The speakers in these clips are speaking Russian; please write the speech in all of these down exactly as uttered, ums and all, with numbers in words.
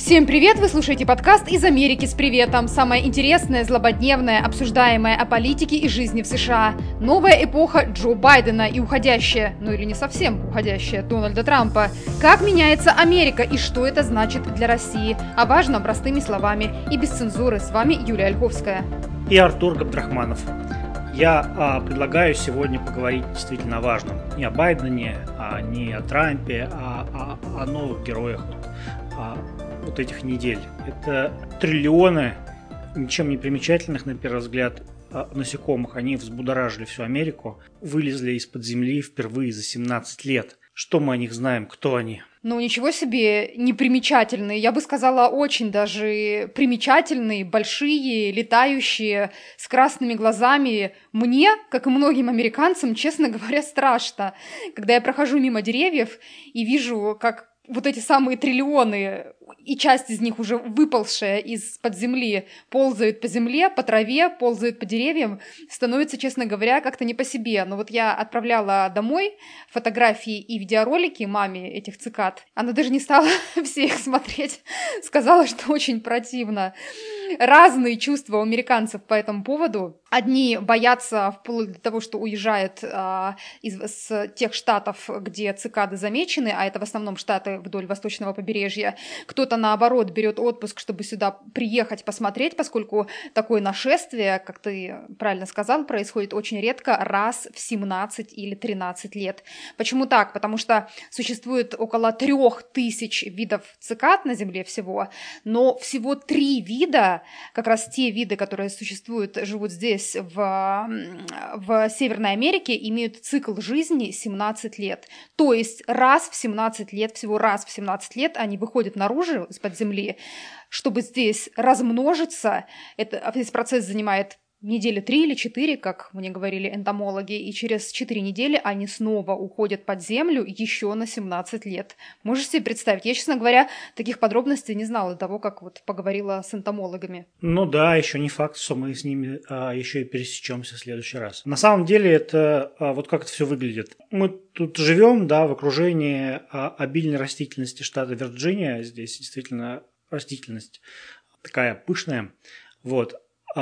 Всем привет! Вы слушаете подкаст «Из Америки с приветом». Самое интересное, злободневное, обсуждаемое о политике и жизни в США. Новая эпоха Джо Байдена и уходящая, ну или не совсем уходящая, Дональда Трампа. Как меняется Америка и что это значит для России? О важном простыми словами и без цензуры. С вами Юлия Ольховская. И Артур Габдрахманов. Я а, предлагаю сегодня поговорить действительно о важном. Не о Байдене, а не о Трампе, а о, о новых героях вот, а, вот этих недель. Это триллионы ничем не примечательных, на первый взгляд, насекомых. Они взбудоражили всю Америку, вылезли из-под земли впервые за семнадцать лет. Что мы о них знаем? Кто они? Ну, ничего себе непримечательные. Я бы сказала, очень даже примечательные, большие, летающие, с красными глазами. Мне, как и многим американцам, честно говоря, страшно, когда я прохожу мимо деревьев и вижу, как вот эти самые триллионы, и часть из них уже выползшая из-под земли, ползают по земле, по траве, ползают по деревьям, становится, честно говоря, как-то не по себе. Но вот я отправляла домой фотографии и видеоролики маме этих цикад. Она даже не стала все их смотреть, сказала, что очень противно. Разные чувства у американцев по этому поводу. Одни боятся вплоть до того, что уезжают а, из с тех штатов, где цикады замечены, а это в основном штаты вдоль восточного побережья. Кто-то, наоборот, берет отпуск, чтобы сюда приехать посмотреть, поскольку такое нашествие, как ты правильно сказал, происходит очень редко, раз в семнадцать или тринадцать лет. Почему так? Потому что существует около трех тысяч видов цикад на Земле всего, но всего три вида, как раз те виды, которые существуют, живут здесь, в, в Северной Америке, имеют цикл жизни семнадцать лет. То есть раз в семнадцать лет, всего раз в семнадцать лет они выходят наружу из-под земли, чтобы здесь размножиться. Это, весь процесс занимает недели три или четыре, как мне говорили энтомологи, и через четыре недели они снова уходят под землю еще на семнадцать лет. Можешь себе представить? Я, честно говоря, таких подробностей не знала до того, как вот поговорила с энтомологами. Ну да, еще не факт, что мы с ними а, еще и пересечемся в следующий раз. На самом деле это а, вот как это все выглядит. Мы тут живем, да, в окружении а, обильной растительности штата Вирджиния. Здесь действительно растительность такая пышная. Вот.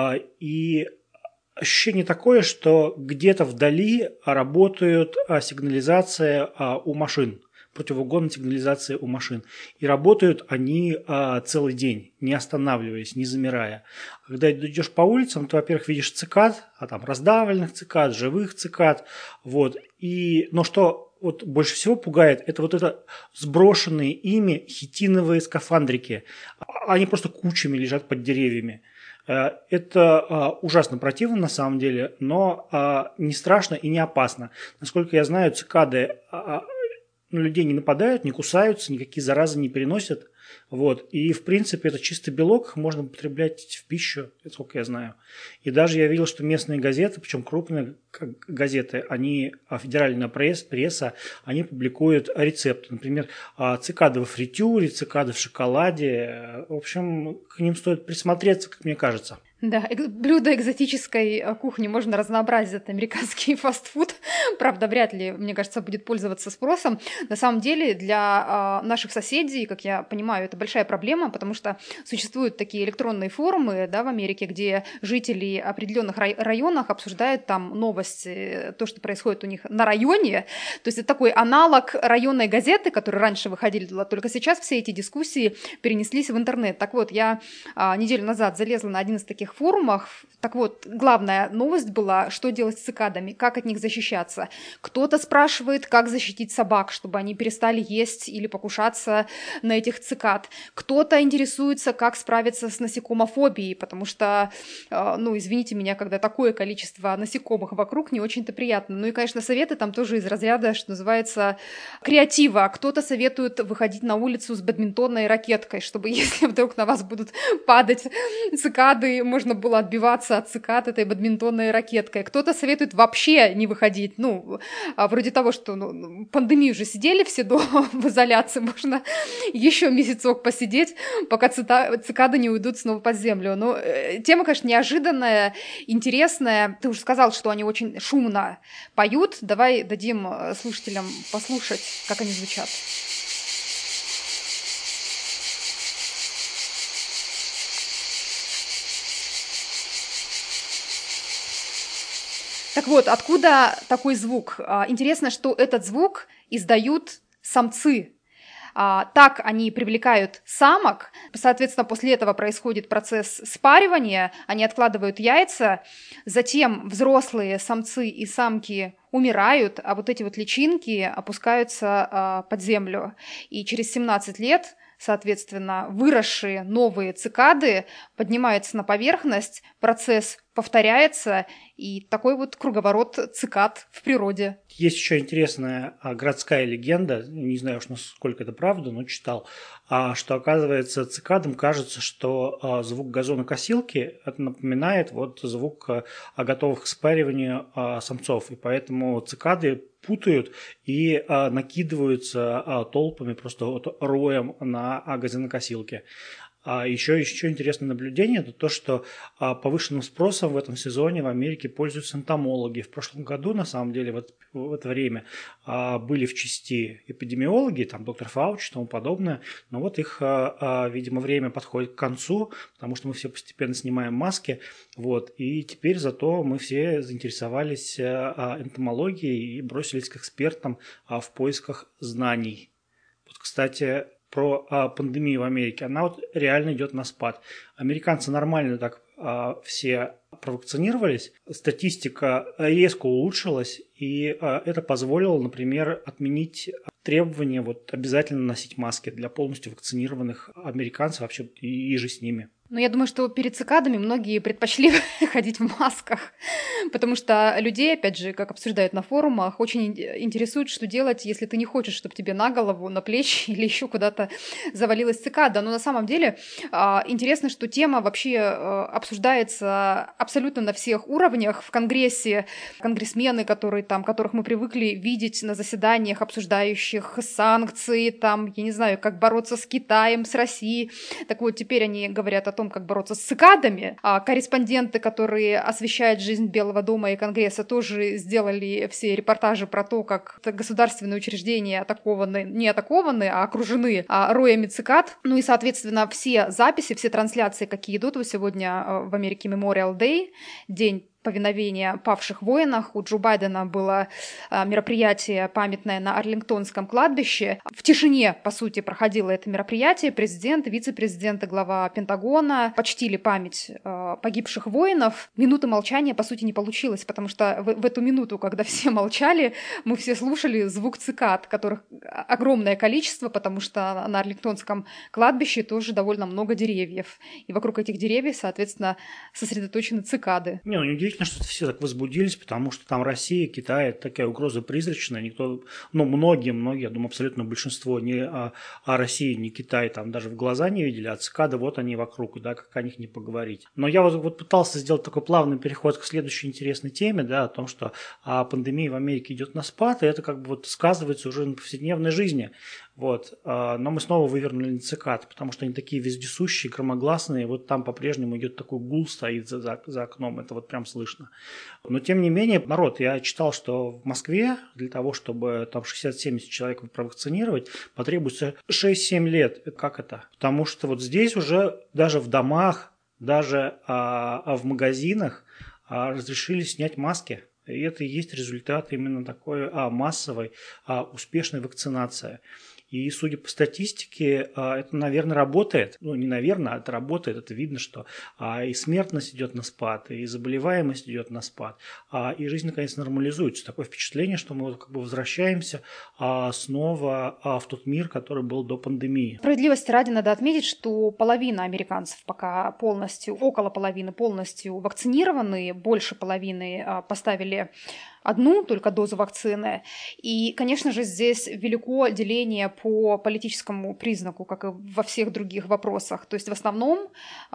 И ощущение такое, что где-то вдали работает сигнализация у машин, противоугонная сигнализация у машин. И работают они целый день, не останавливаясь, не замирая. Когда ты идешь по улицам, ты, во-первых, видишь цикад, а там раздавленных цикад, живых цикад. Вот. И, но что вот больше всего пугает, это вот это сброшенные ими хитиновые скафандрики. Они просто кучами лежат под деревьями. Это ужасно противно на самом деле, но не страшно и не опасно. Насколько я знаю, цикады на людей не нападают, не кусаются, никакие заразы не переносят. Вот. И, в принципе, это чистый белок, их можно употреблять в пищу, это сколько я знаю. И даже я видел, что местные газеты, причем крупные газеты, они, федеральная пресса, они публикуют рецепты. Например, цикады во фритюре, цикады в шоколаде. В общем, к ним стоит присмотреться, как мне кажется. Да, блюдо экзотической кухни можно разнообразить, это американский фастфуд. Правда, вряд ли, мне кажется, будет пользоваться спросом. На самом деле, для э, наших соседей, как я понимаю, это большая проблема, потому что существуют такие электронные форумы, да, в Америке, где жители определенных рай- районах обсуждают там новости, то, что происходит у них на районе. То есть это такой аналог районной газеты, которые раньше выходили туда, только сейчас все эти дискуссии перенеслись в интернет. Так вот, я э, неделю назад залезла на один из таких форумах. Так вот, главная новость была, что делать с цикадами, как от них защищаться. Кто-то спрашивает, как защитить собак, чтобы они перестали есть или покушаться на этих цикад. Кто-то интересуется, как справиться с насекомофобией, потому что, ну, извините меня, когда такое количество насекомых вокруг, не очень-то приятно. Ну и, конечно, советы там тоже из разряда, что называется, креатива. Кто-то советует выходить на улицу с бадминтонной ракеткой, чтобы, если вдруг на вас будут падать цикады, можно было отбиваться от цикад этой бадминтонной ракеткой. Кто-то советует вообще не выходить. Ну, вроде того, что ну, пандемию же сидели все дома в изоляции, можно еще месяцок посидеть, пока цикады не уйдут снова под землю. Но э, тема, конечно, неожиданная, интересная. Ты уже сказал, что они очень шумно поют. Давай дадим слушателям послушать, как они звучат. Так вот, откуда такой звук? Интересно, что этот звук издают самцы. А, так они привлекают самок, соответственно, после этого происходит процесс спаривания, они откладывают яйца, затем взрослые самцы и самки умирают, а вот эти вот личинки опускаются а, под землю. И через семнадцать лет, соответственно, выросшие новые цикады поднимаются на поверхность, процесс повторяется, и такой вот круговорот цикад в природе. Есть еще интересная а, городская легенда, не знаю уж насколько это правда, но читал, а, что оказывается цикадам кажется, что а, звук газонокосилки это напоминает вот звук а, готовых к спариванию а, самцов, и поэтому цикады путают и а, накидываются а, толпами, просто вот роем на а, газонокосилки. А еще, еще интересное наблюдение – это то, что а, повышенным спросом в этом сезоне в Америке пользуются энтомологи. В прошлом году, на самом деле, в это, в это время а, были в части эпидемиологи, там доктор Фауч и тому подобное, но вот их, а, а, видимо, время подходит к концу, потому что мы все постепенно снимаем маски, вот, и теперь зато мы все заинтересовались а, энтомологией и бросились к экспертам а, в поисках знаний. Вот, кстати, про а, пандемию в Америке, она вот реально идет на спад. Американцы нормально так а, все провакцинировались, статистика резко улучшилась, и а, это позволило, например, отменить требование вот, обязательно носить маски для полностью вакцинированных американцев вообще и, и же с ними. Но я думаю, что перед цикадами многие предпочли ходить в масках, потому что людей, опять же, как обсуждают на форумах, очень интересует, что делать, если ты не хочешь, чтобы тебе на голову, на плечи или еще куда-то завалилась цикада. Но на самом деле интересно, что тема вообще обсуждается абсолютно на всех уровнях. В Конгрессе конгрессмены, которые, там, которых мы привыкли видеть на заседаниях, обсуждающих санкции, там, я не знаю, как бороться с Китаем, с Россией. Так вот, теперь они говорят о том, как бороться с цикадами. А корреспонденты, которые освещают жизнь Белого дома и Конгресса, тоже сделали все репортажи про то, как государственные учреждения атакованы, не атакованы, а окружены а, роями цикад. Ну и, соответственно, все записи, все трансляции, какие идут, вот сегодня в Америке Memorial Day, день повиновения павших воинах. У Джо Байдена было а, мероприятие памятное на Арлингтонском кладбище. В тишине, по сути, проходило это мероприятие. Президент, вице-президент и глава Пентагона почтили память а, погибших воинов. Минуты молчания, по сути, не получилось, потому что в, в эту минуту, когда все молчали, мы все слушали звук цикад, которых огромное количество, потому что на Арлингтонском кладбище тоже довольно много деревьев. И вокруг этих деревьев, соответственно, сосредоточены цикады. Не, ну неудивительно, что все так возбудились, потому что там Россия, Китай – это такая угроза призрачная. Никто, ну, многие, многие, я думаю, абсолютно большинство ни о, о России, ни Китай там даже в глаза не видели, а цикады вот они вокруг, да, как о них не поговорить. Но я вот, вот пытался сделать такой плавный переход к следующей интересной теме, да, о том, что а, пандемия в Америке идет на спад, и это как бы вот сказывается уже на повседневной жизни. Вот. Но мы снова вывернули на цикад, потому что они такие вездесущие, громогласные. Вот там по-прежнему идет такой гул, стоит за, за, за окном. Это вот прям слышно. Но тем не менее, народ, я читал, что в Москве для того, чтобы там шестьдесят-семьдесят человек провакцинировать, потребуется шесть-семь лет. Как это? Потому что вот здесь уже даже в домах, даже а, в магазинах а, разрешили снять маски. И это и есть результат именно такой а, массовой, а, успешной вакцинации. И, судя по статистике, это, наверное, работает. Ну, не наверное, а это работает. Это видно, что и смертность идет на спад, и заболеваемость идет на спад, и жизнь, наконец, нормализуется. Такое впечатление, что мы как бы возвращаемся снова в тот мир, который был до пандемии. Справедливости ради надо отметить, что половина американцев пока полностью, около половины полностью вакцинированы, больше половины поставили одну только дозу вакцины. И, конечно же, здесь велико деление по политическому признаку, как и во всех других вопросах. То есть в основном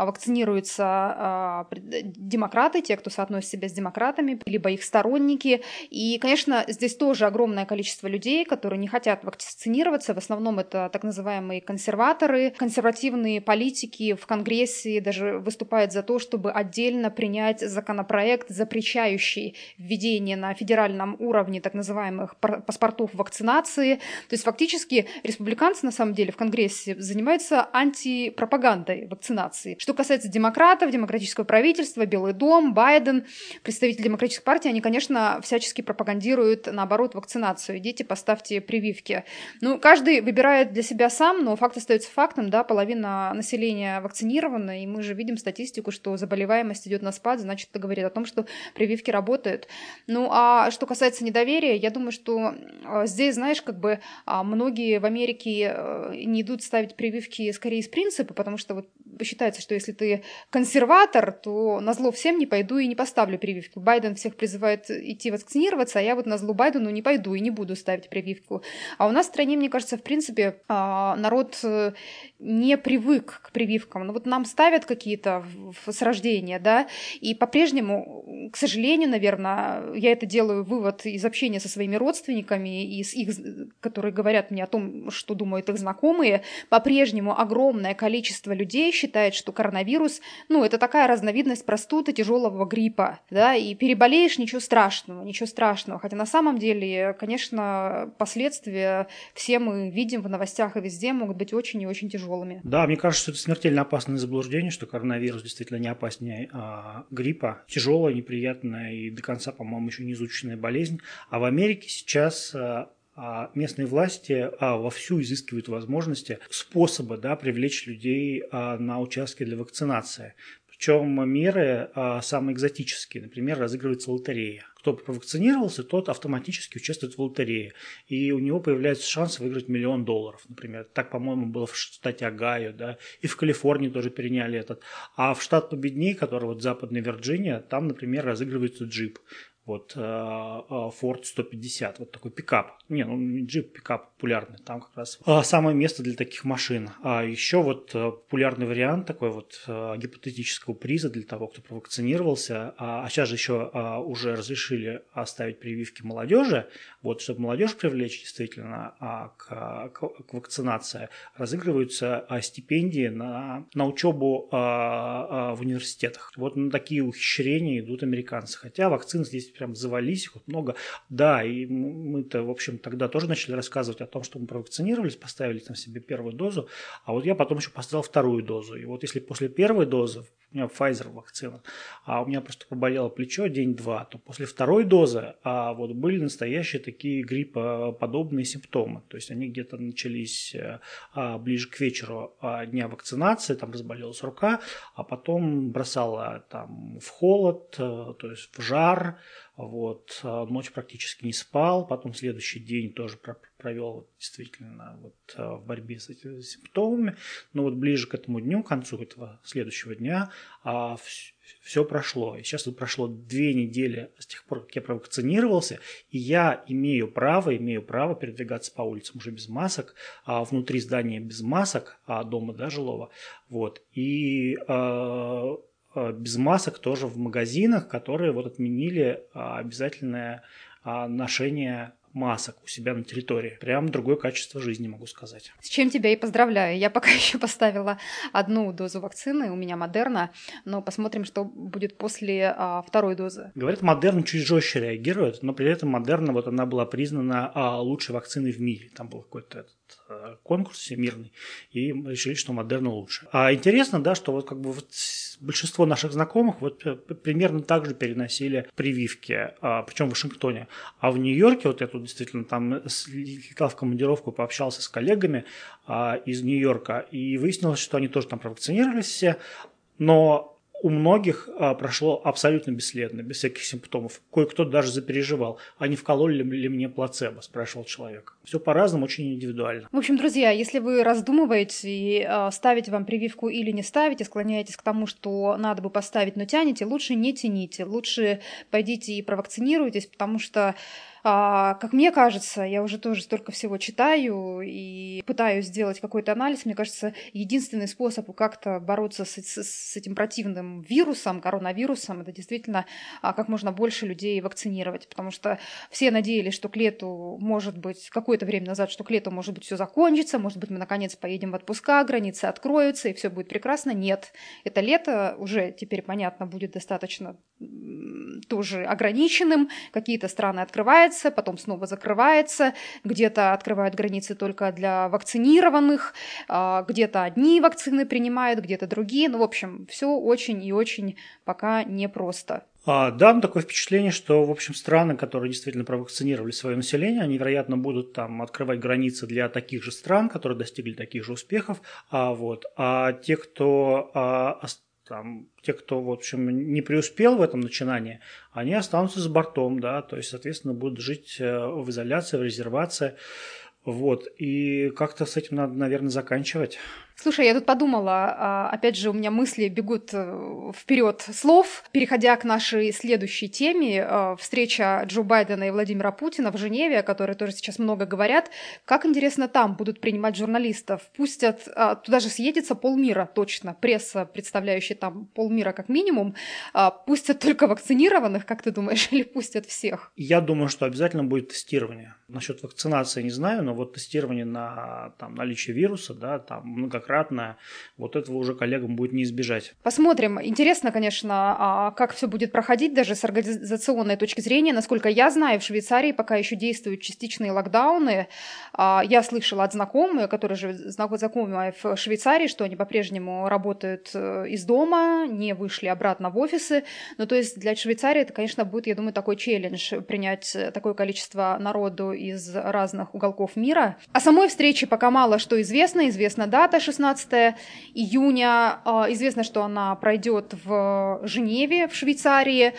вакцинируются демократы, те, кто соотносит себя с демократами, либо их сторонники. И, конечно, здесь тоже огромное количество людей, которые не хотят вакцинироваться. В основном это так называемые консерваторы, консервативные политики в Конгрессе даже выступают за то, чтобы отдельно принять законопроект, запрещающий введение на федеральном уровне так называемых паспортов вакцинации. То есть фактически республиканцы на самом деле в Конгрессе занимаются антипропагандой вакцинации. Что касается демократов, демократического правительства, Белый дом, Байден, представители демократической партии, они, конечно, всячески пропагандируют, наоборот, вакцинацию. Идите, поставьте прививки. Ну, каждый выбирает для себя сам, но факт остается фактом, да, половина населения вакцинирована, и мы же видим статистику, что заболеваемость идет на спад, значит, это говорит о том, что прививки работают. Ну, а что касается недоверия, я думаю, что здесь, знаешь, как бы многие в Америке не идут ставить прививки скорее из принципа, потому что вот считается, что если ты консерватор, то назло всем не пойду и не поставлю прививку. Байден всех призывает идти вакцинироваться, а я вот назло Байдену не пойду и не буду ставить прививку. А у нас в стране, мне кажется, в принципе, народ не привык к прививкам. Ну вот нам ставят какие-то с рождения, да, и по-прежнему, к сожалению, наверное, я это делаю вывод из общения со своими родственниками и с их, которые говорят мне о том, что думают их знакомые, по-прежнему огромное количество людей считает, что коронавирус, ну, это такая разновидность простуды, тяжелого гриппа, да, и переболеешь, ничего страшного, ничего страшного. Хотя на самом деле, конечно, последствия все мы видим в новостях и везде могут быть очень и очень тяжелыми. Да, мне кажется, что это смертельно опасное заблуждение, что коронавирус действительно не опаснее а, гриппа. Тяжелая, неприятная и до конца, по-моему, еще не изученная болезнь. А в Америке сейчас а, местные власти а, вовсю изыскивают возможности, способы, да, привлечь людей а, на участки для вакцинации. Причем меры а, самые экзотические. Например, разыгрывается лотерея. Кто провакцинировался, тот автоматически участвует в лотерее. И у него появляется шанс выиграть миллион долларов, например. Так, по-моему, было в штате Огайо, да, и в Калифорнии тоже переняли этот. А в штат победней, который вот Западная Вирджиния, там, например, разыгрывается джип. Вот Ford сто пятьдесят, вот такой пикап. Не, ну джип, пикап популярный, там как раз самое место для таких машин. А еще вот популярный вариант такой вот гипотетического приза для того, кто провакцинировался. А сейчас же еще уже разрешили оставить прививки молодежи, вот чтобы молодежь привлечь действительно к, к, к вакцинации, разыгрываются стипендии на, на учебу в университетах. Вот на такие ухищрения идут американцы. Хотя вакцины здесь прям завались, их вот много. Да, и мы-то, в общем, тогда тоже начали рассказывать о том, что мы провакцинировались, поставили там себе первую дозу, а вот я потом еще поставил вторую дозу. И вот если после первой дозы, у меня Pfizer вакцина, а у меня просто поболело плечо день-два, то после второй дозы а вот были настоящие такие гриппоподобные симптомы. То есть они где-то начались а, ближе к вечеру а, дня вакцинации, там разболелась рука, а потом бросала там в холод, то есть в жар. Вот, ночь практически не спал, потом следующий день тоже провел действительно вот в борьбе с этими симптомами, но вот ближе к этому дню, к концу этого следующего дня все прошло. И сейчас вот прошло две недели с тех пор, как я провакцинировался, и я имею право, имею право передвигаться по улицам уже без масок, а внутри здания без масок, а дома, да, жилого, вот, и без масок тоже в магазинах, которые вот отменили обязательное ношение масок у себя на территории. Прям другое качество жизни, могу сказать. С чем тебя и поздравляю. Я пока еще поставила одну дозу вакцины, у меня Модерна, но посмотрим, что будет после а, второй дозы. Говорят, Модерна чуть жестче реагирует, но при этом Модерна, вот она была признана а, лучшей вакциной в мире. Там был какой-то этот а, конкурс всемирный, и решили, что Модерна лучше. А интересно, да, что вот как бы вот большинство наших знакомых вот примерно так же переносили прививки, а, причем в Вашингтоне. А в Нью-Йорке, вот я тут действительно там летал в командировку, пообщался с коллегами а, из Нью-Йорка, и выяснилось, что они тоже там провакцинировались все, но у многих а, прошло абсолютно бесследно, без всяких симптомов. Кое-кто даже запереживал, а не вкололи ли мне плацебо, спрашивал человек. Все по-разному, очень индивидуально. В общем, друзья, если вы раздумываете, э, ставить вам прививку или не ставите, склоняетесь к тому, что надо бы поставить, но тянете, лучше не тяните, лучше пойдите и провакцинируйтесь, потому что А, как мне кажется, я уже тоже столько всего читаю и пытаюсь сделать какой-то анализ. Мне кажется, единственный способ как-то бороться с, с, с этим противным вирусом, коронавирусом, это действительно а, как можно больше людей вакцинировать. Потому что все надеялись, что к лету, может быть, какое-то время назад, что к лету, может быть, все закончится, может быть, мы наконец поедем в отпуска, границы откроются, и все будет прекрасно. Нет, это лето уже теперь, понятно, будет достаточно тоже ограниченным. Какие-то страны открываются, потом снова закрываются. Где-то открывают границы только для вакцинированных, где-то одни вакцины принимают, где-то другие. Ну, в общем, все очень и очень пока непросто. А, да, такое впечатление, что, в общем, страны, которые действительно провакцинировали свое население, они, вероятно, будут там открывать границы для таких же стран, которые достигли таких же успехов. А, вот, а те, кто... А, Там, те, кто, в общем, не преуспел в этом начинании, они останутся за бортом, да, то есть, соответственно, будут жить в изоляции, в резервации, вот, и как-то с этим надо, наверное, заканчивать. Слушай, я тут подумала, опять же, у меня мысли бегут вперед слов. Переходя к нашей следующей теме, встреча Джо Байдена и Владимира Путина в Женеве, о которой тоже сейчас много говорят. Как интересно там будут принимать журналистов? Пустят, туда же съедется полмира точно, пресса, представляющая там полмира как минимум. Пустят только вакцинированных, как ты думаешь, или пустят всех? Я думаю, что обязательно будет тестирование. Насчет вакцинации не знаю, но вот тестирование на там, наличие вируса, да, там многократно, вот этого уже коллегам будет не избежать. Посмотрим. Интересно, конечно, как все будет проходить даже с организационной точки зрения. Насколько я знаю, в Швейцарии пока еще действуют частичные локдауны. Я слышала от знакомых, которые же знакомые в Швейцарии, что они по-прежнему работают из дома, не вышли обратно в офисы. Ну, то есть для Швейцарии это, конечно, будет, я думаю, такой челлендж принять такое количество народу из разных уголков мира. О самой встрече пока мало что известно. Известна дата шестнадцатого июня. Известно, что она пройдет в Женеве, в Швейцарии.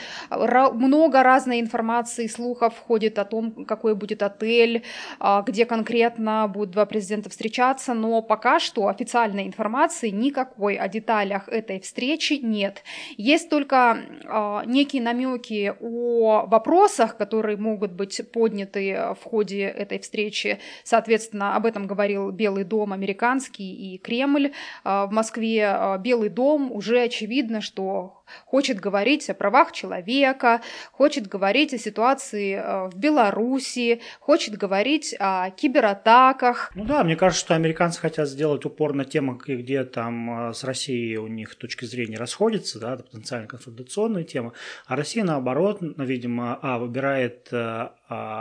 Много разной информации, слухов ходит о том, какой будет отель, где конкретно будут два президента встречаться, но пока что официальной информации никакой о деталях этой встречи нет. Есть только некие намеки о вопросах, которые могут быть подняты в ходе этой встречи. Соответственно, об этом говорил Белый дом американский и Кремль. В Москве Белый дом уже очевидно, что хочет говорить о правах человека, хочет говорить о ситуации в Беларуси, хочет говорить о кибератаках. Ну да, мне кажется, что американцы хотят сделать упор на темах, где там с Россией у них точки зрения расходятся, да, потенциально конфронтационные темы, а Россия, наоборот, видимо, а, выбирает а,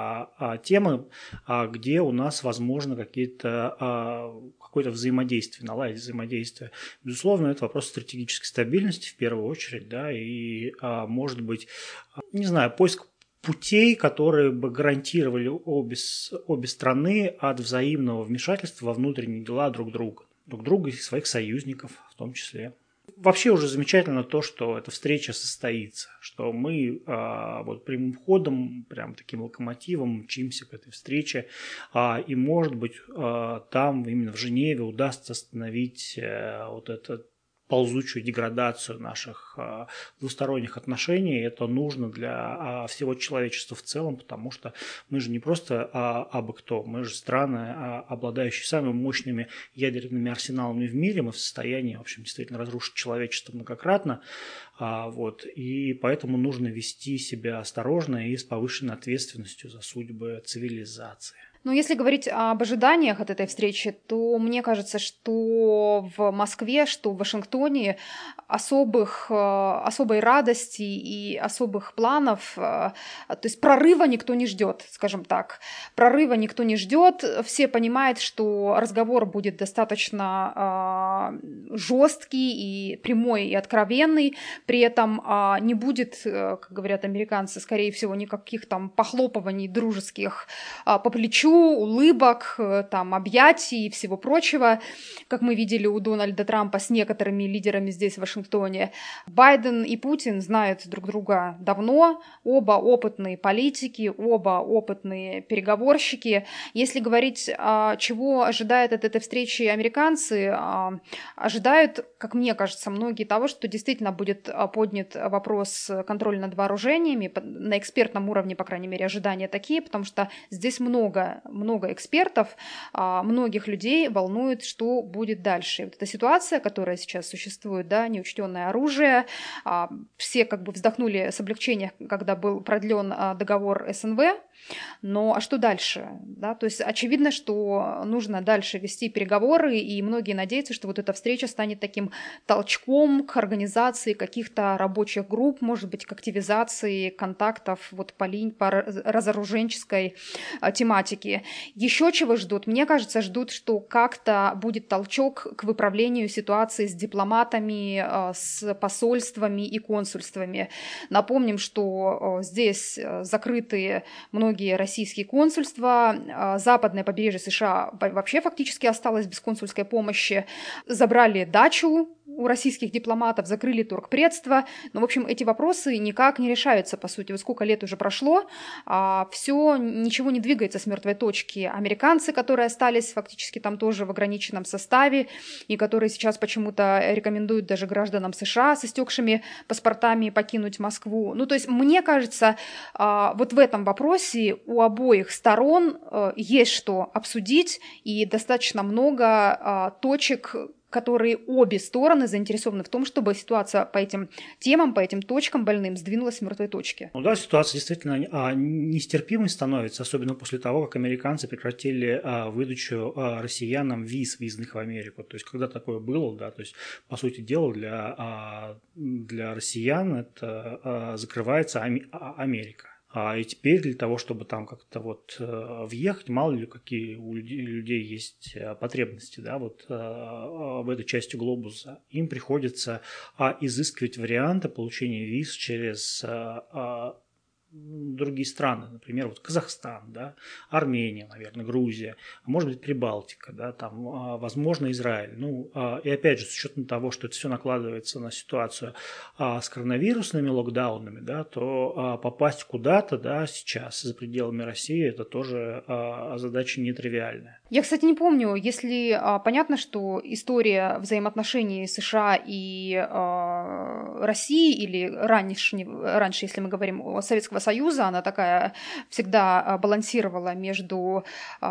а, темы, а, где у нас, возможно, какие-то, а, какое-то взаимодействие, наладить взаимодействие. Безусловно, это вопрос стратегической стабильности в первую очередь, да, и, а, может быть, не знаю, поиск путей, которые бы гарантировали обе, обе страны от взаимного вмешательства во внутренние дела друг друга, друг друга и своих союзников в том числе. Вообще уже замечательно то, что эта встреча состоится, что мы а, вот прямым ходом, прям таким локомотивом мчимся к этой встрече, а, и, может быть, а, там, именно в Женеве, удастся остановить а, вот этот ползучую деградацию наших а, двусторонних отношений. Это нужно для а, всего человечества в целом, потому что мы же не просто а, абы кто, мы же страны, а, обладающие самыми мощными ядерными арсеналами в мире, мы в состоянии, в общем, действительно разрушить человечество многократно, а, вот, и поэтому нужно вести себя осторожно и с повышенной ответственностью за судьбы цивилизации. Ну, если говорить об ожиданиях от этой встречи, то мне кажется, что в Москве, что в Вашингтоне особых, особой радости и особых планов, то есть прорыва никто не ждет, скажем так. Прорыва никто не ждет, все понимают, что разговор будет достаточно жесткий и прямой и откровенный, при этом не будет, как говорят американцы, скорее всего, никаких там похлопываний дружеских по плечу, улыбок, там, объятий и всего прочего, как мы видели у Дональда Трампа с некоторыми лидерами здесь, в Вашингтоне. Байден и Путин знают друг друга давно, оба опытные политики, оба опытные переговорщики. Если говорить, чего ожидают от этой встречи американцы, ожидают, как мне кажется, многие того, что действительно будет поднят вопрос контроля над вооружениями, на экспертном уровне, по крайней мере, ожидания такие, потому что здесь много много экспертов, многих людей волнует, что будет дальше. Вот эта ситуация, которая сейчас существует, да, неучтенное оружие, все как бы вздохнули с облегчением, когда был продлен договор СНВ, Но а что дальше? Да? То есть очевидно, что нужно дальше вести переговоры, и многие надеются, что вот эта встреча станет таким толчком к организации каких-то рабочих групп, может быть, к активизации контактов вот по, линь, по разоруженческой а, тематике. Еще чего ждут? Мне кажется, ждут, что как-то будет толчок к выправлению ситуации с дипломатами, а, с посольствами и консульствами. Напомним, что а, здесь закрыты многие российские консульства, западное побережье США вообще фактически осталось без консульской помощи, забрали дачу у российских дипломатов, закрыли торгпредство. Но, в общем, эти вопросы никак не решаются, по сути. Вот сколько лет уже прошло, а все, ничего не двигается с мертвой точки. Американцы, которые остались фактически там тоже в ограниченном составе, и которые сейчас почему-то рекомендуют даже гражданам США с истекшими паспортами покинуть Москву. Ну, то есть, мне кажется, вот в этом вопросе у обоих сторон есть что обсудить, и достаточно много точек, которые обе стороны заинтересованы в том, чтобы ситуация по этим темам, по этим точкам больным сдвинулась с мертвой точки. Ну да, ситуация действительно а, нестерпимой становится, особенно после того, как американцы прекратили а, выдачу а, россиянам виз визных в Америку. То есть, когда такое было, да, то есть, по сути дела, для, а, для россиян это а, закрывается Ами- Америка. А и теперь для того, чтобы там как-то вот э, въехать, мало ли какие у людей, людей есть э, потребности, да, вот э, в этой части глобуса, им приходится а, изыскивать варианты получения виз через э, э, другие страны, например, вот Казахстан, да, Армения, наверное, Грузия, а может быть Прибалтика, да, там, возможно, Израиль. Ну, и опять же, с учетом того, что это все накладывается на ситуацию с коронавирусными локдаунами, да, то попасть куда-то, да, сейчас за пределами России, это тоже задача нетривиальная. Я, кстати, не помню, если а, понятно, что история взаимоотношений США и а, России, или раньше, раньше, если мы говорим о Советского Союза, она такая всегда а, балансировала между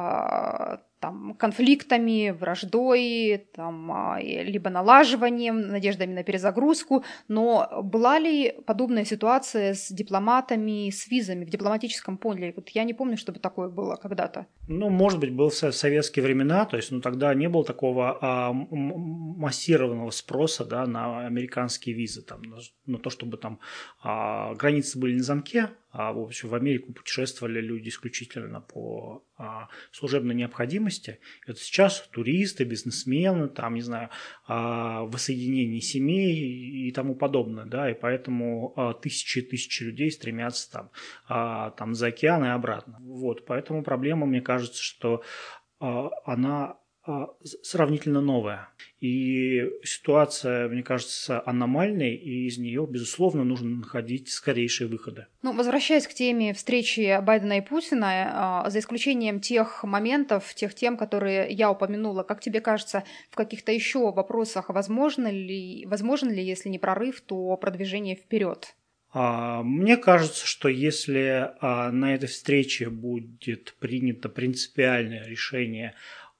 а, там, конфликтами, враждой, там, либо налаживанием, надеждами на перезагрузку. Но была ли подобная ситуация с дипломатами, с визами в дипломатическом поле? Вот я не помню, чтобы такое было когда-то. Ну, может быть, был в советские времена, то есть, ну, тогда не было такого а, массированного спроса, да, на американские визы, там, на, на то, чтобы там а, границы были на замке, а в общем в Америку путешествовали люди исключительно по а, служебной необходимости. Это сейчас туристы, бизнесмены, там, не знаю, а, воссоединение семей и тому подобное, да, и поэтому а, тысячи и тысячи людей стремятся там, а, там за океан и обратно. Вот, поэтому проблема, мне кажется, что а, она сравнительно новая. И ситуация, мне кажется, аномальной, и из нее, безусловно, нужно находить скорейшие выходы. Ну, возвращаясь к теме встречи Байдена и Путина, за исключением тех моментов, тех тем, которые я упомянула, как тебе кажется, в каких-то еще вопросах возможно ли, возможен ли, если не прорыв, то продвижение вперед? Мне кажется, что если на этой встрече будет принято принципиальное решение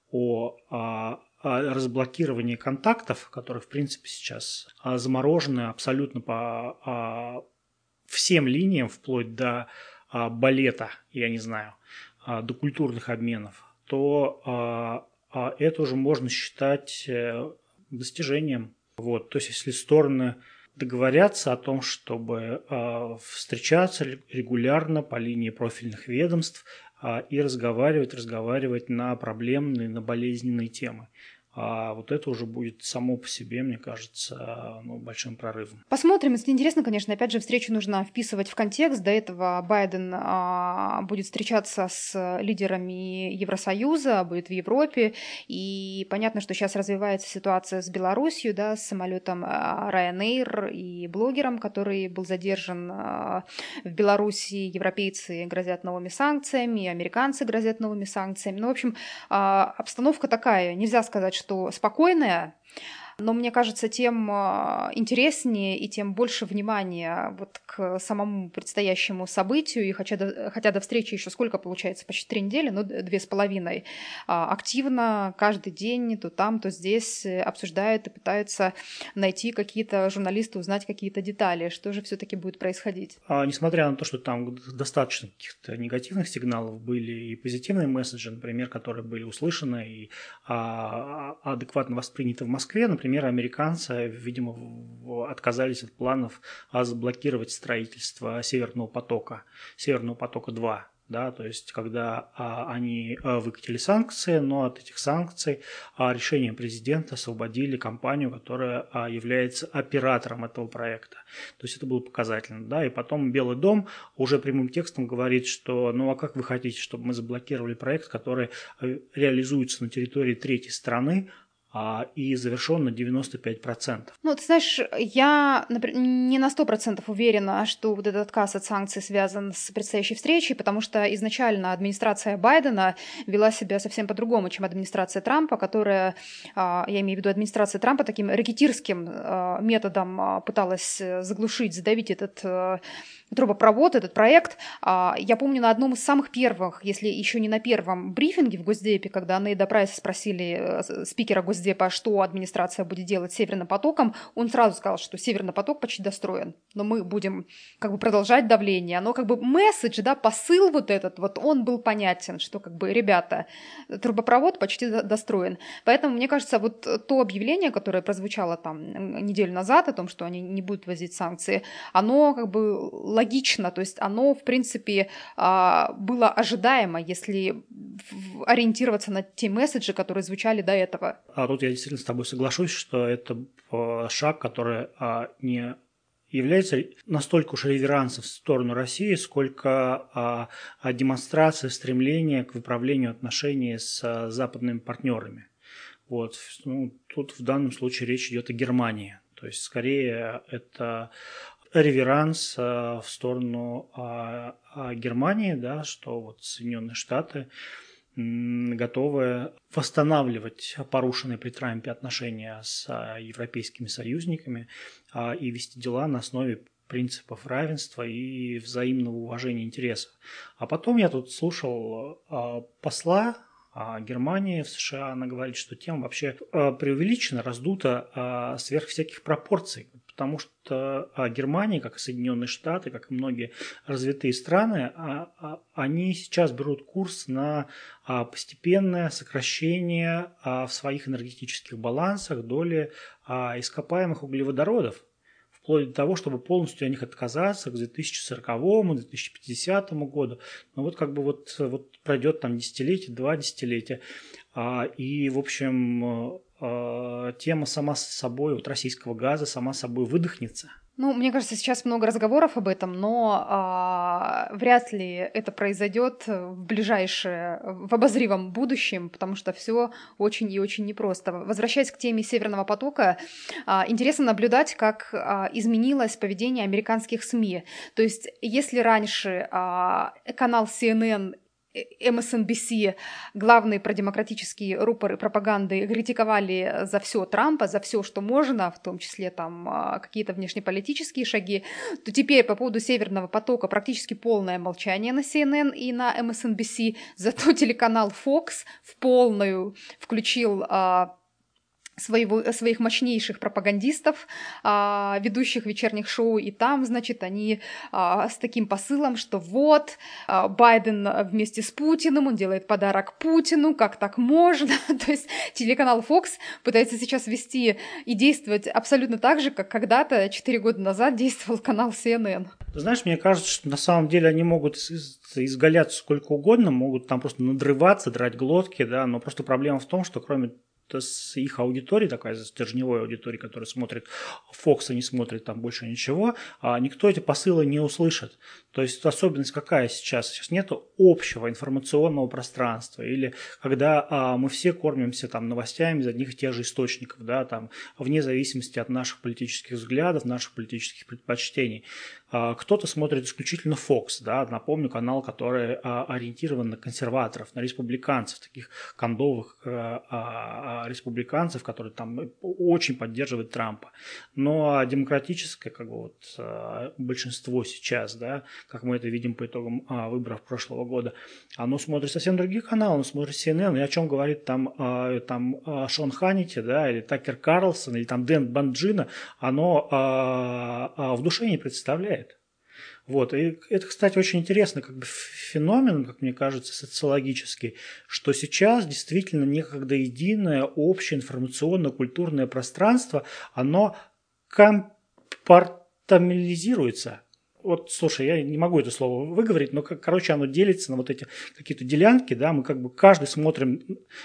о, о, о разблокировании контактов, которые, в принципе, сейчас заморожены абсолютно по а, всем линиям, вплоть до а, балета, я не знаю, а, до культурных обменов, то а, а это уже можно считать достижением. Вот, то есть, если стороны договорятся о том, чтобы а, встречаться регулярно по линии профильных ведомств, и разговаривать, разговаривать на проблемные, на болезненные темы. А вот это уже будет само по себе, мне кажется, ну, большим прорывом. Посмотрим. Если интересно, конечно, опять же, встречу нужно вписывать в контекст. До этого Байден а, будет встречаться с лидерами Евросоюза, будет в Европе. И понятно, что сейчас развивается ситуация с Беларусью, да, с самолетом Ryanair и блогером, который был задержан а, в Беларуси. Европейцы грозят новыми санкциями, американцы грозят новыми санкциями. Ну, в общем, а, обстановка такая. Нельзя сказать, что спокойная, Но мне кажется, тем интереснее и тем больше внимания вот к самому предстоящему событию. И хотя до, хотя до встречи еще сколько получается? Почти три недели, ну, две с половиной. Активно каждый день то там, то здесь обсуждают и пытаются найти какие-то журналисты, узнать какие-то детали. Что же все-таки будет происходить? А, несмотря на то, что там достаточно каких-то негативных сигналов, были и позитивные месседжи, например, которые были услышаны и а, адекватно восприняты в Москве. Например, американцы, видимо, отказались от планов заблокировать строительство Северного потока, Северного потока-два. Да, то есть, когда а, они а, выкатили санкции, но от этих санкций а, решением президента освободили компанию, которая а, является оператором этого проекта. То есть, это было показательно. Да, и потом Белый дом уже прямым текстом говорит, что ну а как вы хотите, чтобы мы заблокировали проект, который реализуется на территории третьей страны, и завершен на девяносто пять процентов. Ну, ты знаешь, я например, не на сто процентов уверена, что вот этот отказ от санкций связан с предстоящей встречей, потому что изначально администрация Байдена вела себя совсем по-другому, чем администрация Трампа, которая, я имею в виду администрация Трампа, таким рэкетирским методом пыталась заглушить, задавить этот трубопровод, этот проект. Я помню, на одном из самых первых, если еще не на первом брифинге в Госдепе, когда Нейда Прайса спросили спикера Госдепа, что администрация будет делать с Северным потоком, он сразу сказал, что Северный поток почти достроен, но мы будем как бы продолжать давление. Но как бы месседж, да, посыл вот этот, вот он был понятен, что как бы, ребята, трубопровод почти достроен. Поэтому, мне кажется, вот то объявление, которое прозвучало там неделю назад о том, что они не будут ввозить санкции, оно как бы логично, то есть оно, в принципе, было ожидаемо, если ориентироваться на те месседжи, которые звучали до этого. А тут я действительно с тобой соглашусь, что это шаг, который не является настолько уж реверансом в сторону России, сколько демонстрация стремления к выправлению отношений с западными партнерами. Вот. Ну, тут в данном случае речь идет о Германии. То есть, скорее, это реверанс в сторону Германии, да, что вот Соединенные Штаты готовы восстанавливать порушенные при Трампе отношения с европейскими союзниками и вести дела на основе принципов равенства и взаимного уважения интересов. А потом я тут слушал посла Германии в США, она говорит, что тема вообще преувеличена, раздута сверх всяких пропорций, потому что Германия, как и Соединенные Штаты, как и многие развитые страны, они сейчас берут курс на постепенное сокращение в своих энергетических балансах доли ископаемых углеводородов, вплоть до того, чтобы полностью от них отказаться к две тысячи сороковому - две тысячи пятидесятому году. Но вот как бы вот, вот пройдет там десятилетие, два десятилетия, и, в общем, тема сама собой, вот российского газа сама собой выдохнется. Ну, мне кажется, сейчас много разговоров об этом, но а, вряд ли это произойдет в ближайшее, в обозримом будущем, потому что все очень и очень непросто. Возвращаясь к теме Северного потока, а, интересно наблюдать, как а, изменилось поведение американских СМИ. То есть, если раньше а, канал си эн эн, эм эс эн би си, главные продемократические рупоры пропаганды, критиковали за все Трампа, за все, что можно, в том числе там какие-то внешнеполитические шаги, то теперь по поводу Северного потока практически полное молчание на си эн эн и на эм эс эн би си, зато телеканал Fox в полную включил Своего, своих мощнейших пропагандистов, а, ведущих вечерних шоу, и там, значит, они а, с таким посылом, что вот, а, Байден вместе с Путиным, он делает подарок Путину, как так можно? То есть телеканал Fox пытается сейчас вести и действовать абсолютно так же, как когда-то, четыре года назад, действовал канал си эн эн. Ты знаешь, мне кажется, что на самом деле они могут изгаляться сколько угодно, могут там просто надрываться, драть глотки, да, но просто проблема в том, что кроме с их аудиторией, такая стержневой аудиторией, которая смотрит Fox и не смотрит там больше ничего, никто эти посылы не услышит. То есть особенность какая сейчас? Сейчас нет общего информационного пространства. Или когда а, мы все кормимся там новостями из одних и тех же источников, да, там, вне зависимости от наших политических взглядов, наших политических предпочтений. Кто-то смотрит исключительно Fox, да, напомню, канал, который ориентирован на консерваторов, на республиканцев, таких кондовых республиканцев, которые там очень поддерживают Трампа. Но демократическое, как бы вот большинство сейчас, да, как мы это видим по итогам выборов прошлого года, оно смотрит совсем другие каналы, оно смотрит си эн эн, и о чем говорит там, там Шон Ханнити, да, или Такер Карлсон, или там Дэн Банджино, оно в душе не представляет. Вот. И это, кстати, очень интересный как бы феномен, как мне кажется, социологический, что сейчас действительно некогда единое общее информационно-культурное пространство, оно компартаментализируется. Вот, слушай, я не могу это слово выговорить, но, короче, оно делится на вот эти какие-то делянки, да, мы как бы каждый смотрим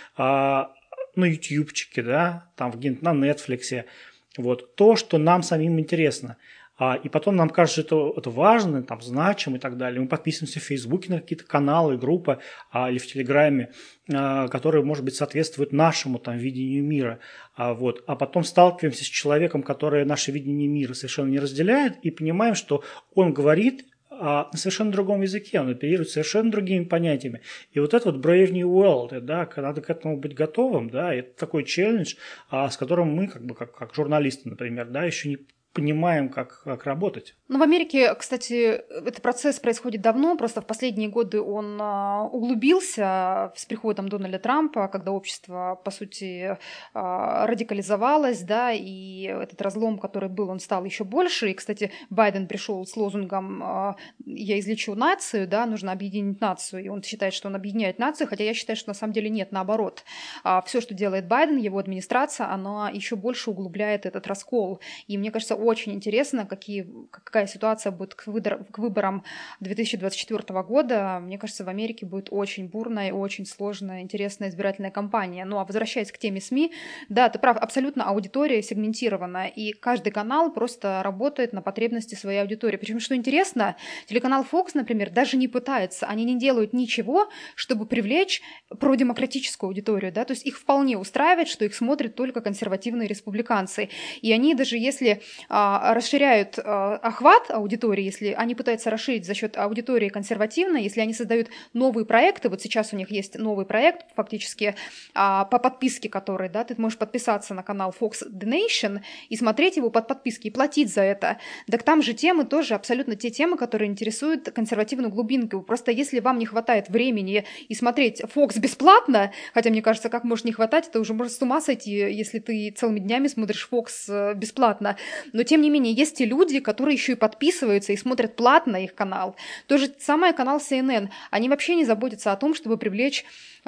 а, на ютубчике, да, там на Нетфликсе, вот, то, что нам самим интересно. А, и потом нам кажется, что это, это важно, там, значимо и так далее. Мы подписываемся в Фейсбуке на какие-то каналы, группы а, или в Телеграме, а, которые, может быть, соответствуют нашему там, видению мира. А, вот. А потом сталкиваемся с человеком, который наше видение мира совершенно не разделяет, и понимаем, что он говорит а, на совершенно другом языке, он оперирует совершенно другими понятиями. И вот это вот Brave New World, да, надо к этому быть готовым, да, это такой челлендж, а, с которым мы, как бы, как, как журналисты, например, да, еще не понимаем, как, как работать. Ну, в Америке, кстати, этот процесс происходит давно, просто в последние годы он а, углубился с приходом Дональда Трампа, когда общество, по сути, а, радикализовалось, да, и этот разлом, который был, он стал еще больше. И, кстати, Байден пришел с лозунгом а, «Я излечу нацию», да, нужно объединить нацию, и он считает, что он объединяет нацию, хотя я считаю, что на самом деле нет, наоборот. А, все, что делает Байден, его администрация, она еще больше углубляет этот раскол. И мне кажется, очень интересно, какие, какая ситуация будет к, выбор, к выборам две тысячи двадцать четвёртого года. Мне кажется, в Америке будет очень бурная и очень сложная, интересная избирательная кампания. Ну, а возвращаясь к теме СМИ, да, ты прав, абсолютно аудитория сегментирована, и каждый канал просто работает на потребности своей аудитории. Причем, что интересно, телеканал Fox, например, даже не пытается, они не делают ничего, чтобы привлечь продемократическую аудиторию, да, то есть их вполне устраивает, что их смотрят только консервативные республиканцы. И они даже если а, расширяют а, охват аудитории, если они пытаются расширить за счет аудитории консервативной, если они создают новые проекты, вот сейчас у них есть новый проект, фактически а, по подписке который, да, ты можешь подписаться на канал Fox The Nation и смотреть его под подписки, и платить за это. Так там же темы тоже абсолютно те темы, которые интересуют консервативную глубинку. Просто если вам не хватает времени и смотреть Fox бесплатно, хотя, мне кажется, как может не хватать, это уже может с ума сойти, если ты целыми днями смотришь Fox бесплатно. Но, тем не менее, есть и люди, которые еще и подписываются и смотрят платно их канал. То же самое канал си эн эн. Они вообще не заботятся о том, чтобы привлечь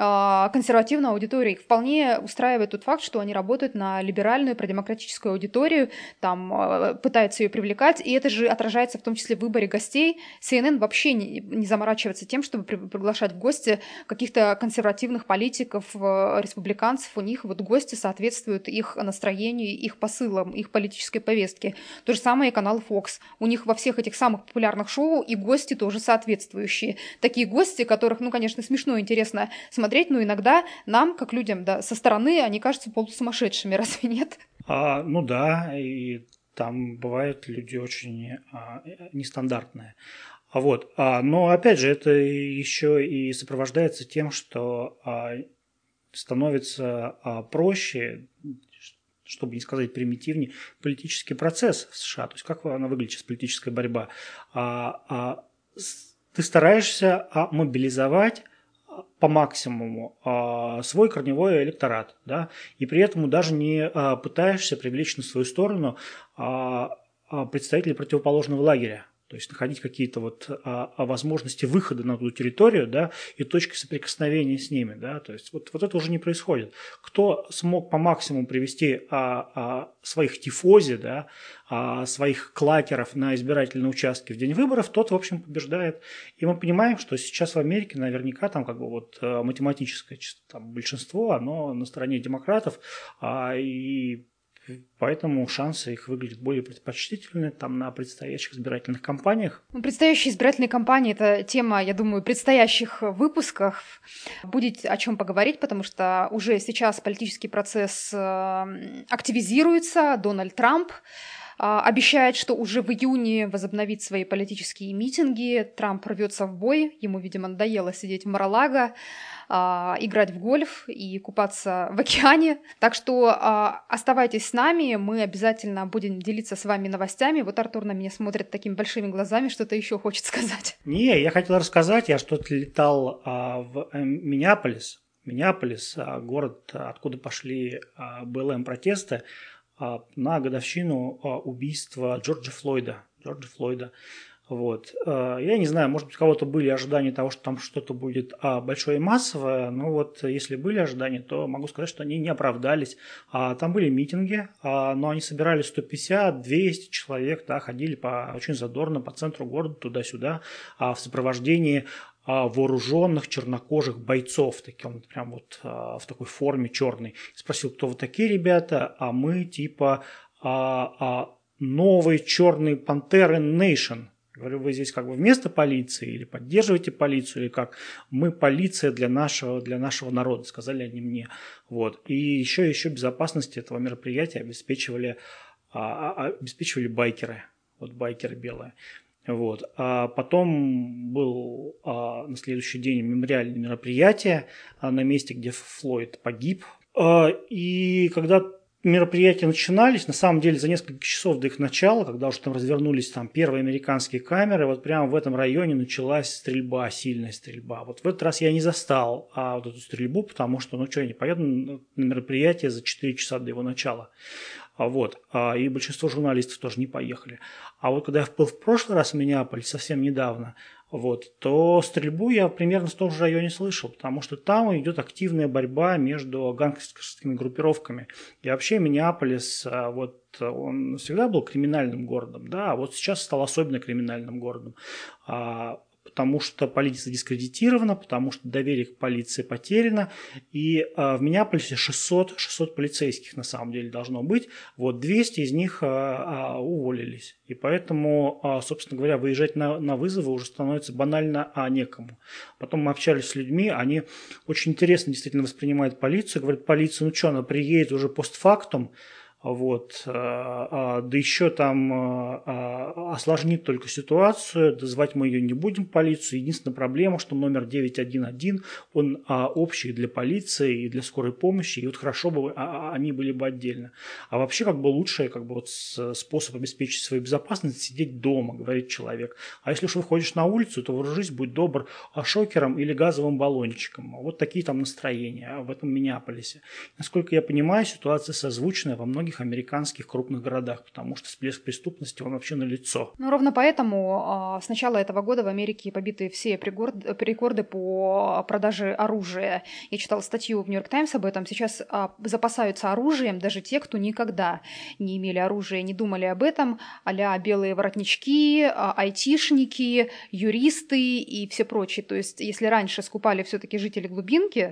э, консервативную аудиторию. Их вполне устраивает тот факт, что они работают на либеральную, продемократическую аудиторию, там э, пытаются ее привлекать, и это же отражается в том числе в выборе гостей. си эн эн вообще не, не заморачивается тем, чтобы при, приглашать в гости каких-то консервативных политиков, э, республиканцев. У них вот гости соответствуют их настроению, их посылам, их политической повестке. То же самое и канал Fox. У них во всех этих самых популярных шоу и гости тоже соответствующие. Такие гости, которых, ну, конечно, смешно и интересно смотреть, но иногда нам, как людям, да, со стороны, они кажутся полусумасшедшими, разве нет? А, ну да, и там бывают люди очень а, нестандартные. А вот, а, но опять же, это еще и сопровождается тем, что а, становится а, проще, чтобы не сказать примитивнее, политический процесс в США. То есть как она выглядит сейчас, политическая борьба. А, а, ты стараешься а, мобилизовать по максимуму а, свой корневой электорат, да, и при этом даже не а, пытаешься привлечь на свою сторону а, а представителей противоположного лагеря. То есть находить какие-то вот а, а возможности выхода на ту территорию, да, и точки соприкосновения с ними, да, то есть вот, вот это уже не происходит. Кто смог по максимуму привести а, а, своих тифози, да, а, своих клакеров на избирательные участки в день выборов, тот, в общем, побеждает. И мы понимаем, что сейчас в Америке наверняка там как бы вот математическое там, большинство, оно на стороне демократов, а, и поэтому шансы их выглядят более предпочтительны там на предстоящих избирательных кампаниях. Ну, предстоящие избирательные кампании – это тема, я думаю, предстоящих выпусков. Будет о чем поговорить, потому что уже сейчас политический процесс активизируется. Дональд Трамп Обещает, что уже в июне возобновит свои политические митинги. Трамп рвется в бой. Ему, видимо, надоело сидеть в Мар-а-Лаго, играть в гольф и купаться в океане. Так что оставайтесь с нами, мы обязательно будем делиться с вами новостями. Вот Артур на меня смотрит такими большими глазами, что-то еще хочет сказать. Не, я хотел рассказать, я что-то летал а, в э, Миннеаполис. Миннеаполис, а, город, откуда пошли а, бэ эл эм-протесты а, на годовщину а, убийства Джорджа Флойда. Джорджа Флойда. Вот. Я не знаю, может быть, у кого-то были ожидания того, что там что-то будет а, большое и массовое, но вот если были ожидания, то могу сказать, что они не оправдались. А, там были митинги, а, но они собирали сто пятьдесят - двести человек, да, ходили по, очень задорно по центру города, туда-сюда, а, в сопровождении а, вооруженных чернокожих бойцов, таким, прям вот а, в такой форме черной. Спросил, кто вы такие, ребята, а мы типа а, а, новые черные пантеры Nation. Говорю, вы здесь как бы вместо полиции или поддерживаете полицию, или как? Мы полиция для нашего, для нашего народа, сказали они мне. Вот. И еще, еще безопасность этого мероприятия обеспечивали, а, обеспечивали байкеры. Вот байкеры белые. Вот. А потом был а, на следующий день мемориальное мероприятие а, на месте, где Флойд погиб. А, и когда мероприятия начинались, на самом деле, за несколько часов до их начала, когда уже там развернулись там первые американские камеры, вот прямо в этом районе началась стрельба, сильная стрельба. Вот в этот раз я не застал а, вот эту стрельбу, потому что, ну что, я не поеду на мероприятие за четыре часа до его начала. А вот, а, и большинство журналистов тоже не поехали. А вот когда я был в прошлый раз в Миннеаполе, совсем недавно, вот, то стрельбу я примерно в том же районе слышал, потому что там идет активная борьба между гангстерскими группировками. И вообще Миннеаполис, вот, он всегда был криминальным городом, да, а вот сейчас стал особенно криминальным городом. Потому что полиция дискредитирована, потому что доверие к полиции потеряно. И а, в Миннеаполисе шестьсот, шестьсот полицейских на самом деле должно быть. Вот двести из них а, а, уволились. И поэтому, а, собственно говоря, выезжать на, на вызовы уже становится банально а, некому. Потом мы общались с людьми, они очень интересно действительно воспринимают полицию. Говорят, полиция, ну что, она приедет уже постфактум. Вот, да еще там осложнит только ситуацию, дозвать мы ее не будем, полицию. Единственная проблема, что номер девять один один, он общий для полиции и для скорой помощи, и вот хорошо бы они были бы отдельно. А вообще как бы лучший как бы вот способ обеспечить свою безопасность — сидеть дома, говорит человек. А если уж выходишь на улицу, то вооружись, будь добр, шокером или газовым баллончиком. Вот такие там настроения в этом Миннеаполисе. Насколько я понимаю, ситуация созвучная во многих американских крупных городах, потому что всплеск преступности, он вообще налицо. Ну, ровно поэтому с начала этого года в Америке побиты все рекорды по продаже оружия. Я читала статью в Нью-Йорк Таймс об этом. Сейчас запасаются оружием даже те, кто никогда не имели оружия, не думали об этом, а-ля белые воротнички, айтишники, юристы и все прочие. То есть, если раньше скупали все-таки жители глубинки,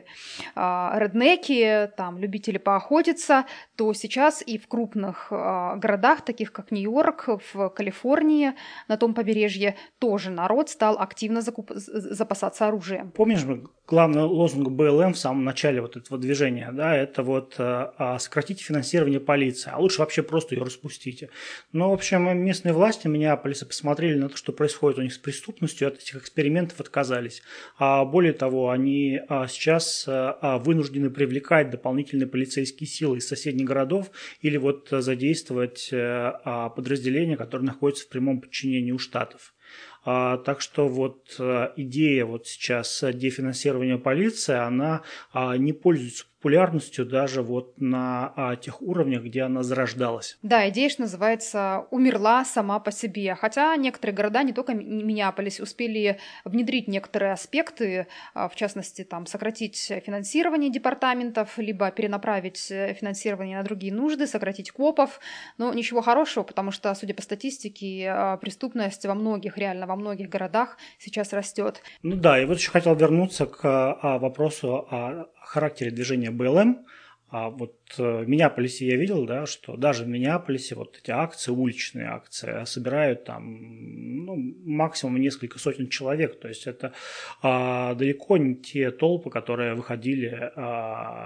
реднеки, там, любители поохотиться, то сейчас и в крупных э, городах, таких как Нью-Йорк, в Калифорнии, на том побережье, тоже народ стал активно закуп... запасаться оружием. Помнишь, главный лозунг бэ эл эм в самом начале вот этого движения, да, это вот э, сократите финансирование полиции, а лучше вообще просто ее распустите. Но, в общем, местные власти Миннеаполиса посмотрели на то, что происходит у них с преступностью, от этих экспериментов отказались. А более того, они а, сейчас а, вынуждены привлекать дополнительные полицейские силы из соседних городов или вот задействовать а, подразделения, которые находятся в прямом подчинении у штатов. А, так что вот а, идея вот сейчас дефинансирования полиции, она а, не пользуется популярностью даже вот на а, тех уровнях, где она зарождалась. Да, идея, что называется, умерла сама по себе. Хотя некоторые города, не только Миннеаполис, успели внедрить некоторые аспекты, в частности, там, сократить финансирование департаментов, либо перенаправить финансирование на другие нужды, сократить копов. Но ничего хорошего, потому что, судя по статистике, преступность во многих, реально во многих городах сейчас растет. Ну да, и вот еще хотел вернуться к а, вопросу о характере движения бэ эл эм. А вот в Миннеаполисе я видел, да, что даже в Миннеаполисе вот эти акции, уличные акции, собирают там ну, максимум несколько сотен человек. То есть это а, далеко не те толпы, которые выходили а,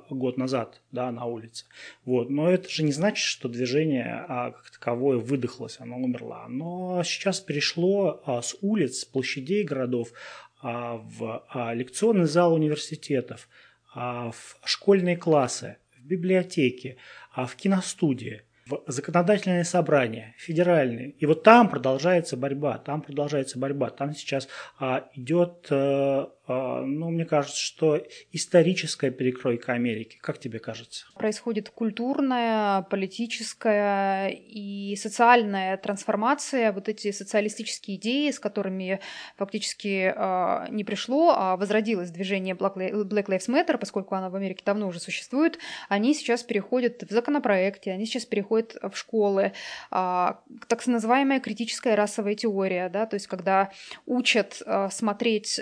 год назад, да, на улице. Вот. Но это же не значит, что движение а, как таковое выдохлось, оно умерло. Оно сейчас перешло а, с улиц, с площадей городов а, в а, лекционный зал университетов, а, в школьные классы, в библиотеки, а, в киностудии, в законодательные собрания, федеральные. И вот там продолжается борьба, там продолжается борьба. Там сейчас а, идет, а, а, ну, мне кажется, что историческая перекройка Америки. Как тебе кажется? Происходит культурная, политическая и социальная трансформация. Вот эти социалистические идеи, с которыми фактически а, не пришло, а возродилось движение Black Lives Matter, поскольку оно в Америке давно уже существует, они сейчас переходят в законопроекты, они сейчас переходят в школы, так называемая критическая расовая теория, да, то есть когда учат смотреть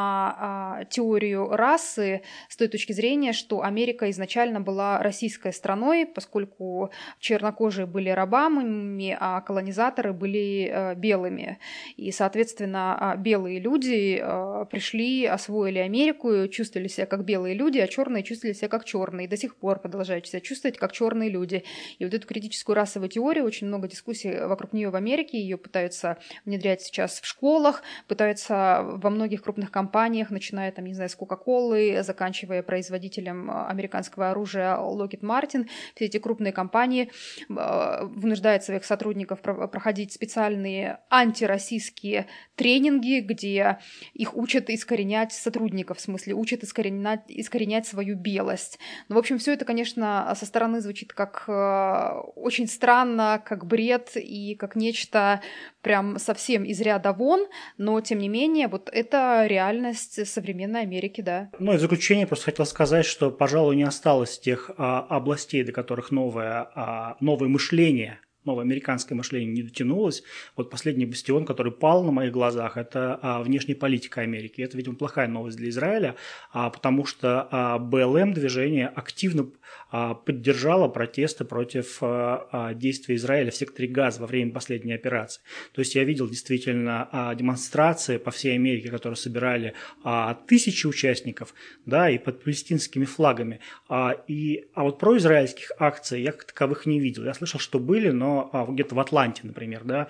на теорию расы с той точки зрения, что Америка изначально была российской страной, поскольку чернокожие были рабами, а колонизаторы были белыми. И, соответственно, белые люди пришли, освоили Америку, чувствовали себя как белые люди, а черные чувствовали себя как черные, и до сих пор продолжают себя чувствовать как черные люди. И вот эту критическую расовую теорию, очень много дискуссий вокруг нее в Америке, ее пытаются внедрять сейчас в школах, пытаются во многих крупных компаниях, начиная, там, не знаю, с Кока-Колы, заканчивая производителем американского оружия Lockheed Martin. Все эти крупные компании вынуждают своих сотрудников проходить специальные антироссийские тренинги, где их учат искоренять сотрудников, в смысле учат искоренять, искоренять свою белость. Ну, в общем, все это, конечно, со стороны звучит как очень странно, как бред и как нечто прям совсем из ряда вон, но, тем не менее, вот это реальность современной Америки, да. Ну и в заключение просто хотел сказать, что, пожалуй, не осталось тех а, областей, до которых новое, а, новое мышление, новое американское мышление не дотянулось. Вот последний бастион, который пал на моих глазах, это а, внешняя политика Америки. Это, видимо, плохая новость для Израиля, а, потому что а, бэ эл эм-движение активно а, поддержало протесты против а, а, действий Израиля в секторе Газа во время последней операции. То есть я видел действительно а, демонстрации по всей Америке, которые собирали а, тысячи участников, да, и под палестинскими флагами. А, и, а вот произраильских акций я как таковых не видел. Я слышал, что были, но где-то в Атланте, например, да,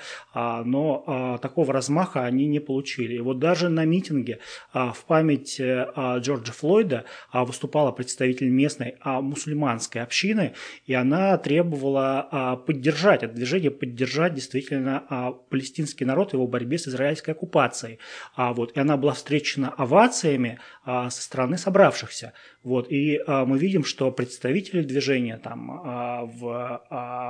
но такого размаха они не получили. И вот даже на митинге в память Джорджа Флойда выступала представитель местной мусульманской общины, и она требовала поддержать это движение, поддержать действительно палестинский народ в его борьбе с израильской оккупацией. Вот, и она была встречена овациями со стороны собравшихся. Вот, и мы видим, что представители движения там в,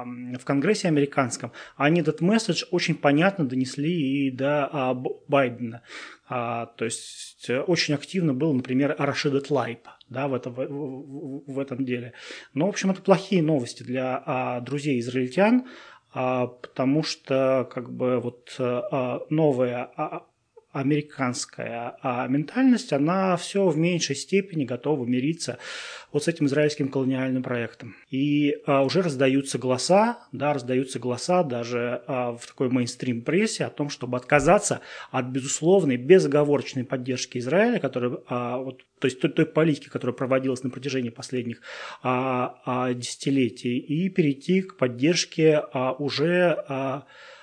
в Конгрессе американском, они этот месседж очень понятно донесли и до а, Байдена. А, то есть очень активно был, например, Рашид Тлайб, да, в, это, в, в, в этом деле. Но, в общем, это плохие новости для а, друзей израильтян, а, потому что как бы вот а, новая а, американская а ментальность, она все в меньшей степени готова мириться вот с этим израильским колониальным проектом. И а, уже раздаются голоса, да, раздаются голоса даже а, в такой мейнстрим-прессе о том, чтобы отказаться от безусловной, безоговорочной поддержки Израиля, которая, а, вот, то есть той, той политики, которая проводилась на протяжении последних а, а, десятилетий, и перейти к поддержке а, уже а,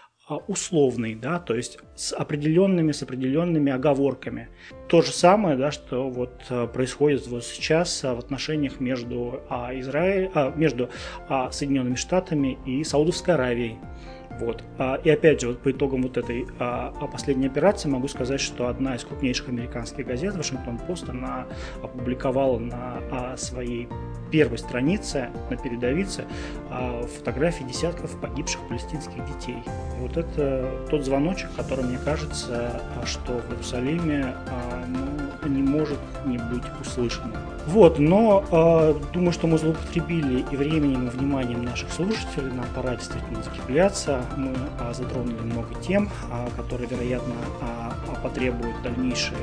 условный, да, то есть с определенными, с определенными оговорками. То же самое, да, что вот происходит вот сейчас в отношениях между а, Израиль, а, между а, Соединенными Штатами и Саудовской Аравией. Вот. И опять же, вот по итогам вот этой а, последней операции могу сказать, что одна из крупнейших американских газет, Вашингтон-Пост, она опубликовала на а, своей первой странице, на передовице, а, фотографии десятков погибших палестинских детей. И вот это тот звоночек, который, мне кажется, что в Иерусалиме а, ну, не может не быть услышанным. Вот, но э, думаю, что мы злоупотребили и временем, и вниманием наших слушателей. Нам пора действительно закругляться. Мы э, затронули много тем, э, которые, вероятно, э, потребуют дальнейшее,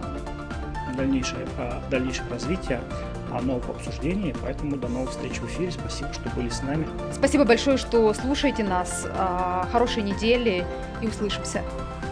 там, дальнейшее, э, дальнейшего развития, э, нового обсуждения. Поэтому до новых встреч в эфире. Спасибо, что были с нами. Спасибо большое, что слушаете нас. Э, хорошей недели и услышимся.